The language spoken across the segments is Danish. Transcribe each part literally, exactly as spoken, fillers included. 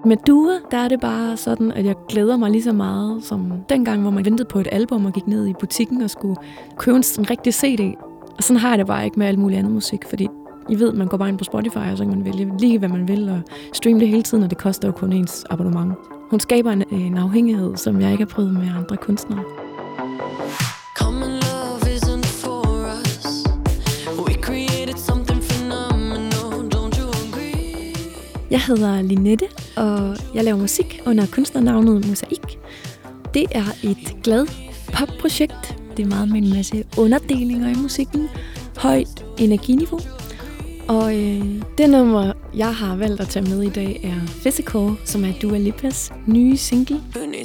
Med Dua, der er det bare sådan, at jeg glæder mig lige så meget som dengang, hvor man ventede på et album og gik ned i butikken og skulle købe en rigtig C D. Og sådan har jeg det bare ikke med alt muligt andet musik, fordi I ved, man går bare ind på Spotify, og så kan man vælge lige, hvad man vil, og streame det hele tiden, og det koster jo kun ens abonnement. Hun skaber en, en afhængighed, som jeg ikke har prøvet med andre kunstnere. Jeg hedder Linette, og jeg laver musik under kunstnernavnet Mosaik. Det er et glad popprojekt. Det er meget med en masse underdelinger i musikken. Højt energiniveau. Og øh, det nummer, jeg har valgt at tage med i dag, er Physical, som er Dua Lipas nye single.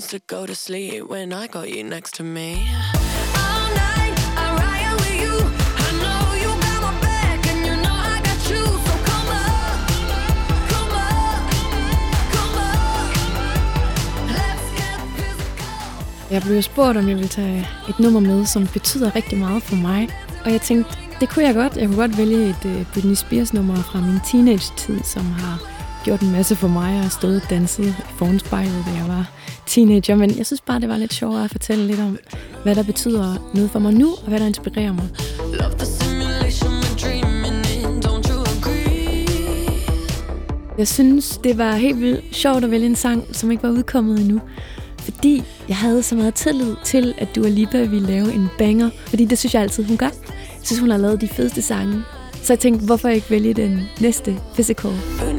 Jeg blev spurgt, om jeg ville tage et nummer med, som betyder rigtig meget for mig. Og jeg tænkte, det kunne jeg godt. Jeg kunne godt vælge et uh, Britney Spears-nummer fra min teenage-tid, som har gjort en masse for mig og stået og danset foran spejlet, da jeg var teenager. Men jeg synes bare, det var lidt sjovere at fortælle lidt om, hvad der betyder noget for mig nu, og hvad der inspirerer mig. Jeg synes, det var helt vildt sjovt at vælge en sang, som ikke var udkommet endnu. Fordi jeg havde så meget tillid til, at Dua Lipa ville lave en banger. Fordi det synes jeg altid, hun gør. Jeg synes, hun har lavet de fedeste sange. Så jeg tænkte, hvorfor ikke vælge den næste, Physical?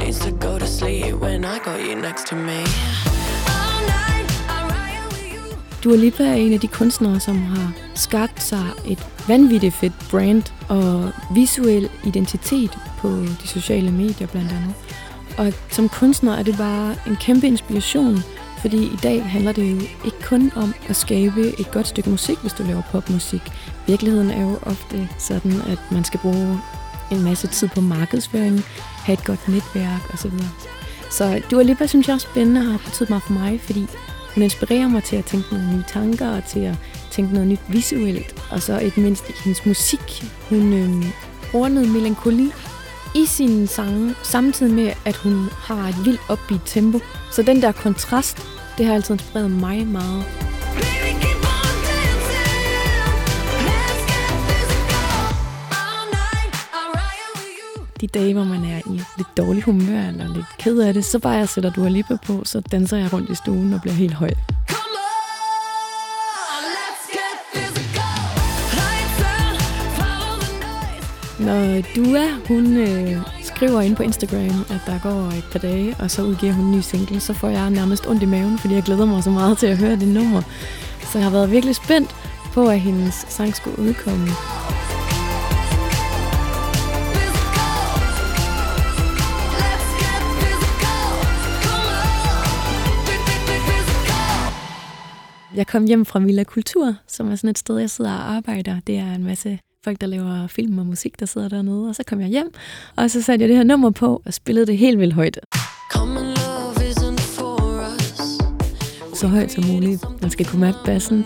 Dua Lipa er en af de kunstnere, som har skabt sig et vanvittigt fedt brand og visuel identitet på de sociale medier blandt andet. Og som kunstner er det bare en kæmpe inspiration. Fordi i dag handler det jo ikke kun om at skabe et godt stykke musik, hvis du laver popmusik. Virkeligheden er jo ofte sådan, at man skal bruge en masse tid på markedsføring, have et godt netværk osv. Så Dua Lipa synes jeg også spændende har betydet meget for mig, fordi hun inspirerer mig til at tænke nogle nye tanker og til at tænke noget nyt visuelt. Og så ikke mindst i hendes musik. Hun øh, bruger noget melankoli i sine sange, samtidig med, at hun har et vildt upbeat tempo. Så den der kontrast, det har altid inspireret mig meget. De dage, hvor man er i lidt dårlig humør eller lidt ked af det, så bare jeg sætter Dua Lipa på, så danser jeg rundt i stuen og bliver helt høj. Når Dua, hun øh, skriver ind på Instagram, at der går et par dage, og så udgiver hun en ny single, så får jeg nærmest ondt i maven, fordi jeg glæder mig så meget til at høre det nummer. Så jeg har været virkelig spændt på, at hendes sang skulle udkomme. Jeg kom hjem fra Villa Kultur, som er sådan et sted, jeg sidder og arbejder. Det er en masse folk, der laver film og musik, der sidder dernede. Og så kom jeg hjem, og så satte jeg det her nummer på og spillede det helt vildt højt. Så højt som muligt. Man skal kunne mærke bassen.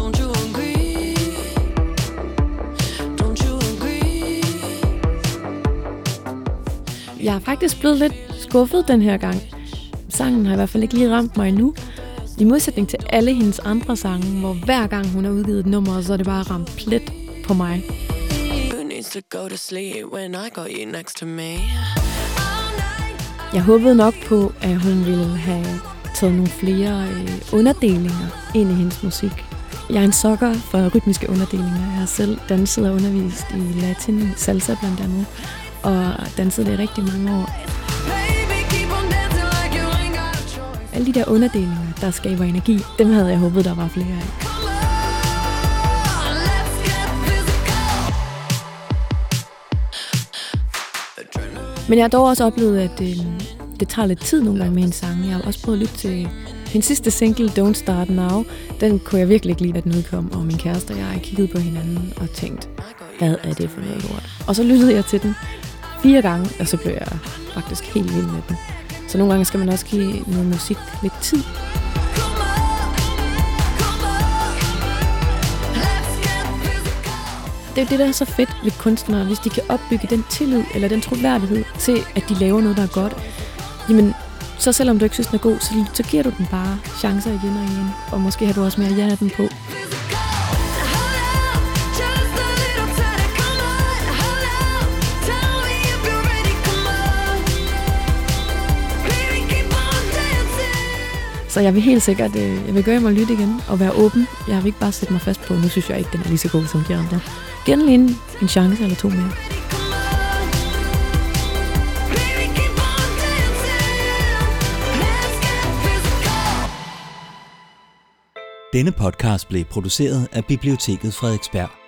Jeg er faktisk blevet lidt skuffet den her gang. Sangen har i hvert fald ikke lige ramt mig endnu. I modsætning til alle hendes andre sange, hvor hver gang hun har udgivet et nummer, så er det bare ramt plet på mig. Jeg håbede nok på, at hun ville have taget nogle flere øh, underdelinger ind i hendes musik. Jeg er en sokker for rytmiske underdelinger. Jeg har selv danset og undervist i latin, salsa blandt andet, og danset det i rigtig mange år. Alle de der underdelinger, der skaber energi, dem havde jeg håbet, der var flere af. Men jeg har dog også oplevet, at øh, det tager lidt tid nogle gange med hendes sange. Jeg har også prøvet at lytte til hendes sidste single, Don't Start Now. Den kunne jeg virkelig ikke lide, at den udkom, og min kæreste og jeg kiggede på hinanden og tænkte, hvad er det for noget lort? Og så lyttede jeg til den fire gange, og så blev jeg faktisk helt vild med den. Så nogle gange skal man også give noget musik lidt tid. Det er jo det, der er så fedt ved kunstnere, hvis de kan opbygge den tillid eller den troværdighed til, at de laver noget, der er godt. Jamen, så selvom du ikke synes, den er god, så, så giver du den bare chancer igen og igen. Og måske har du også mere ja den på. Så jeg vil helt sikkert, jeg vil gøre hjem og lytte igen og være åben. Jeg vil ikke bare sætte mig fast på, nu synes jeg ikke, den er lige så god som de andre. Giv den lige en, en chance eller to mere. Denne podcast blev produceret af Biblioteket Frederiksberg.